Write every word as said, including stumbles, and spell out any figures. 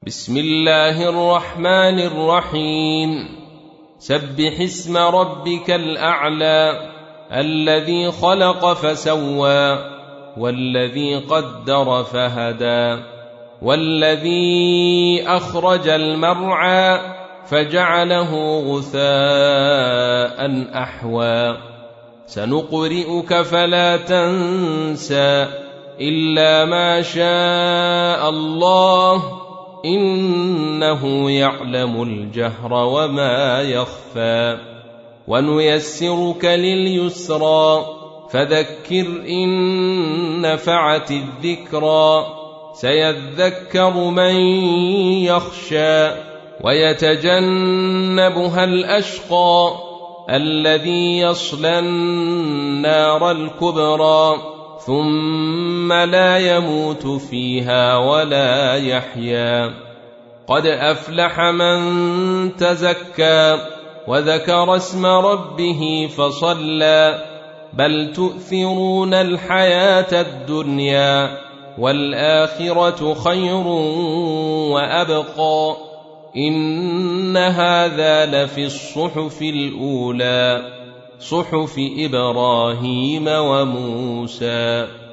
بسم الله الرحمن الرحيم سبح اسم ربك الأعلى الذي خلق فسوى والذي قدر فهدى والذي أخرج المرعى فجعله غثاء أحوى سنقرئك فلا تنسى إلا ما شاء الله إنه يعلم الجهر وما يخفى ونيسرك لليسرى فذكر إن نفعت الذكرى سيذكر من يخشى ويتجنبها الأشقى الذي يصلى النار الكبرى ثم لا يموت فيها ولا يحيا قد أفلح من تزكى وذكر اسم ربه فصلى بل تؤثرون الحياة الدنيا والآخرة خير وأبقى إن هذا لفي الصحف الأولى صحف إبراهيم وموسى.